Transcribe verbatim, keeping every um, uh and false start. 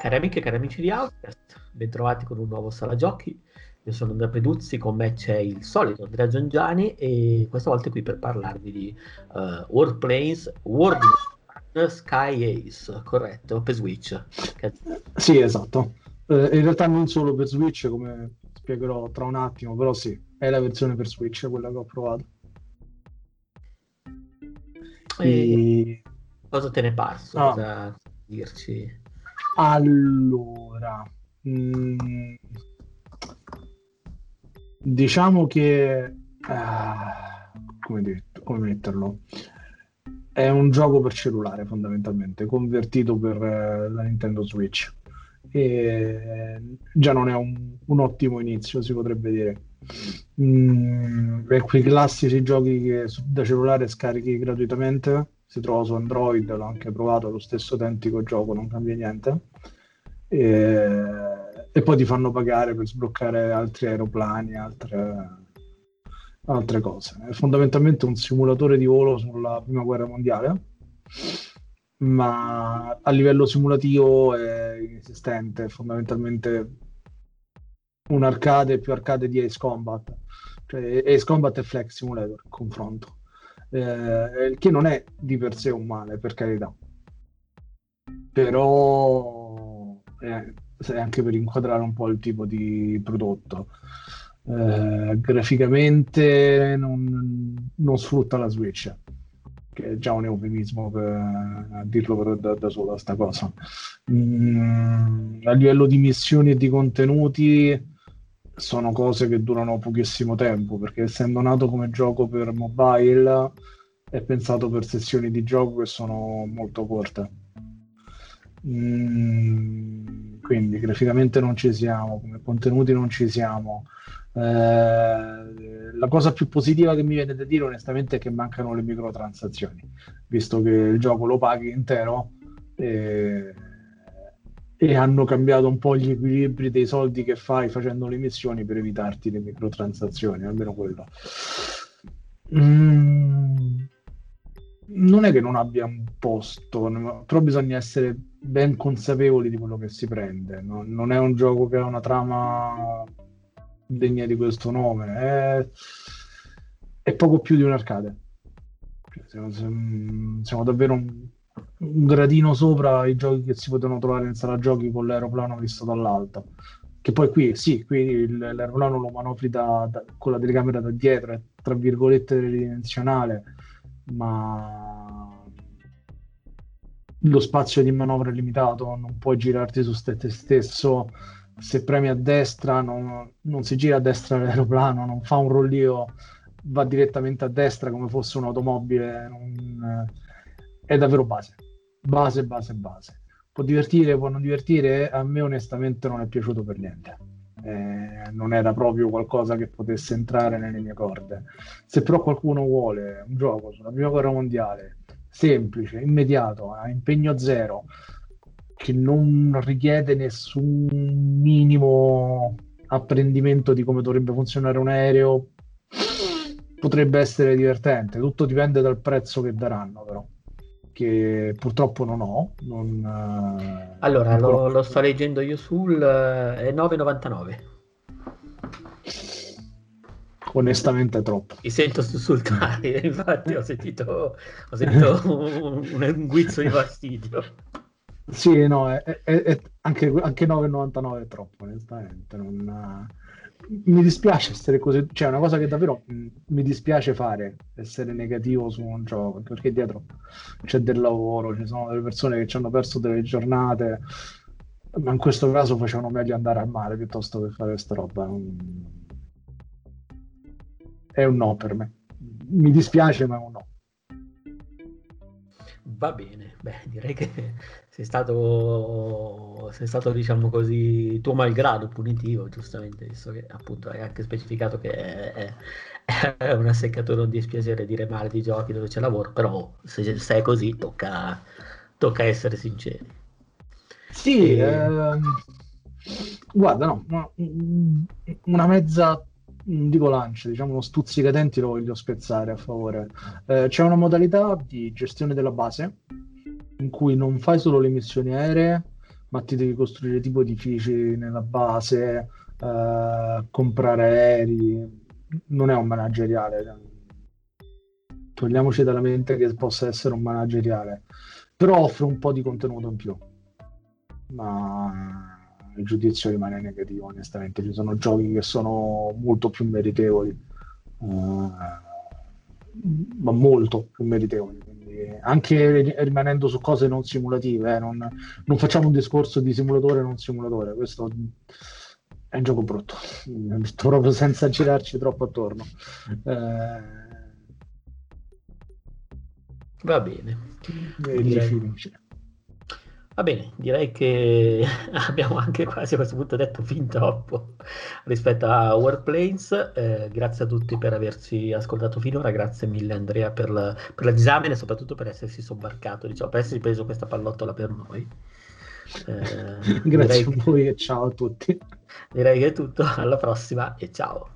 Cari amiche e cari amici di Outcast, bentrovati con un nuovo Sala Giochi. Io sono Andrea Peduzzi, con me c'è il solito Andrea Giangiani e questa volta è qui per parlarvi di uh, World Planes, World War Sky Ace, corretto, per Switch. Che- Sì, esatto. Eh, in realtà non solo per Switch, come spiegherò tra un attimo, però sì, è la versione per Switch quella che ho provato. E E... cosa te ne è parso? ah, Cosa dirci? allora, mm, diciamo che... ah, come, detto- come metterlo? È un gioco per cellulare fondamentalmente, convertito per eh, la Nintendo Switch. E già non è un, un ottimo inizio, si potrebbe dire. Mm, è quei classici giochi che su- da cellulare scarichi gratuitamente, si trova su Android, l'ho anche provato, è lo stesso identico gioco, non cambia niente. E, e poi ti fanno pagare per sbloccare altri aeroplani, altre, altre cose. È fondamentalmente un simulatore di volo sulla prima guerra mondiale, ma a livello simulativo è inesistente, è fondamentalmente un arcade più arcade di Ace Combat. Cioè, Ace Combat è Flex Simulator, confronto. Eh, il che non è di per sé un male, per carità. Però eh, se anche per inquadrare un po' il tipo di prodotto. Eh, graficamente non, non sfrutta la Switch, che è già un eufemismo per a dirlo per- da, da sola sta cosa. Mm, a livello di missioni e di contenuti sono cose che durano pochissimo tempo, perché essendo nato come gioco per mobile è pensato per sessioni di gioco che sono molto corte. Mm, quindi graficamente non ci siamo, come contenuti non ci siamo. Eh, la cosa più positiva che mi viene da dire onestamente è che mancano le microtransazioni, visto che il gioco lo paghi intero e, e hanno cambiato un po' gli equilibri dei soldi che fai facendo le missioni per evitarti le microtransazioni, almeno quello. Mm, non è che non abbia un posto, no, però bisogna essere ben consapevoli di quello che si prende. No? Non è un gioco che ha una trama degna di questo nome, è, è poco più di un arcade. Cioè, siamo, siamo- siamo davvero un, un gradino sopra i giochi che si potevano trovare in sala giochi con l'aeroplano visto dall'alto. Che poi qui, sì, qui il- l'aeroplano lo manovri da- da- con la telecamera da dietro, è tra virgolette tridimensionale, ma lo spazio di manovra è limitato, non puoi girarti su ste- te stesso. Se premi a destra, non, non si gira a destra l'aeroplano, non fa un rollio, va direttamente a destra come fosse un'automobile. non- È davvero base, base, base, base. Può divertire, può non divertire. A me onestamente non è piaciuto per niente. Eh, non era proprio qualcosa che potesse entrare nelle mie corde. Se però qualcuno vuole un gioco sulla prima guerra mondiale semplice, immediato, a impegno zero, che non richiede nessun minimo apprendimento di come dovrebbe funzionare un aereo, potrebbe essere divertente. Tutto dipende dal prezzo che daranno, però, che purtroppo non ho, non, eh, Allora, ancora lo, lo sto leggendo io sul eh, è nove e novantanove. onestamente troppo. Mi sento sussultare, infatti ho sentito, ho sentito un, un, un guizzo di fastidio. Sì, no, è, è- è- anche, anche nove virgola novantanove è troppo, onestamente. non- Mi dispiace essere così, cioè è una cosa che davvero mh, mi dispiace fare, essere negativo su un gioco, perché dietro c'è del lavoro, ci sono delle persone che ci hanno perso delle giornate, ma in questo caso facevano meglio andare al mare piuttosto che fare questa roba. Non- È un no per me. Mi dispiace, ma è un no. Va bene, beh, direi che sei stato, sei stato, diciamo così, tuo malgrado punitivo, giustamente, visto che appunto hai anche specificato che è, è- è una seccatura, un dispiacere dire male di giochi dove c'è lavoro, però se, se è così tocca, tocca essere sinceri. Sì, E, ehm, guarda, no, una, una mezza, non dico lancia, diciamo uno stuzzicadenti lo voglio spezzare a favore. Eh, c'è una modalità di gestione della base in cui non fai solo le missioni aeree, ma ti devi costruire tipo edifici nella base, eh, comprare aerei. Non è un manageriale. Togliamoci dalla mente che possa essere un manageriale, però offre un po' di contenuto in più. Ma il giudizio rimane negativo, onestamente. Ci sono giochi che sono molto più meritevoli, eh, ma molto più meritevoli. Quindi, anche rimanendo su cose non simulative, eh, non, non facciamo un discorso di simulatore non simulatore. Questo è un gioco brutto, detto proprio senza girarci troppo attorno. Eh, Va bene, e lì direi. finisce. Va bene, direi che abbiamo anche quasi a questo punto detto fin troppo rispetto a Warplanes. Eh, grazie a tutti per averci ascoltato finora, grazie mille Andrea per la, per la disamina e soprattutto per essersi sobbarcato, diciamo, per essersi preso questa pallottola per noi. Eh, Grazie direi a che, voi e ciao a tutti. direi che è tutto, alla prossima e ciao.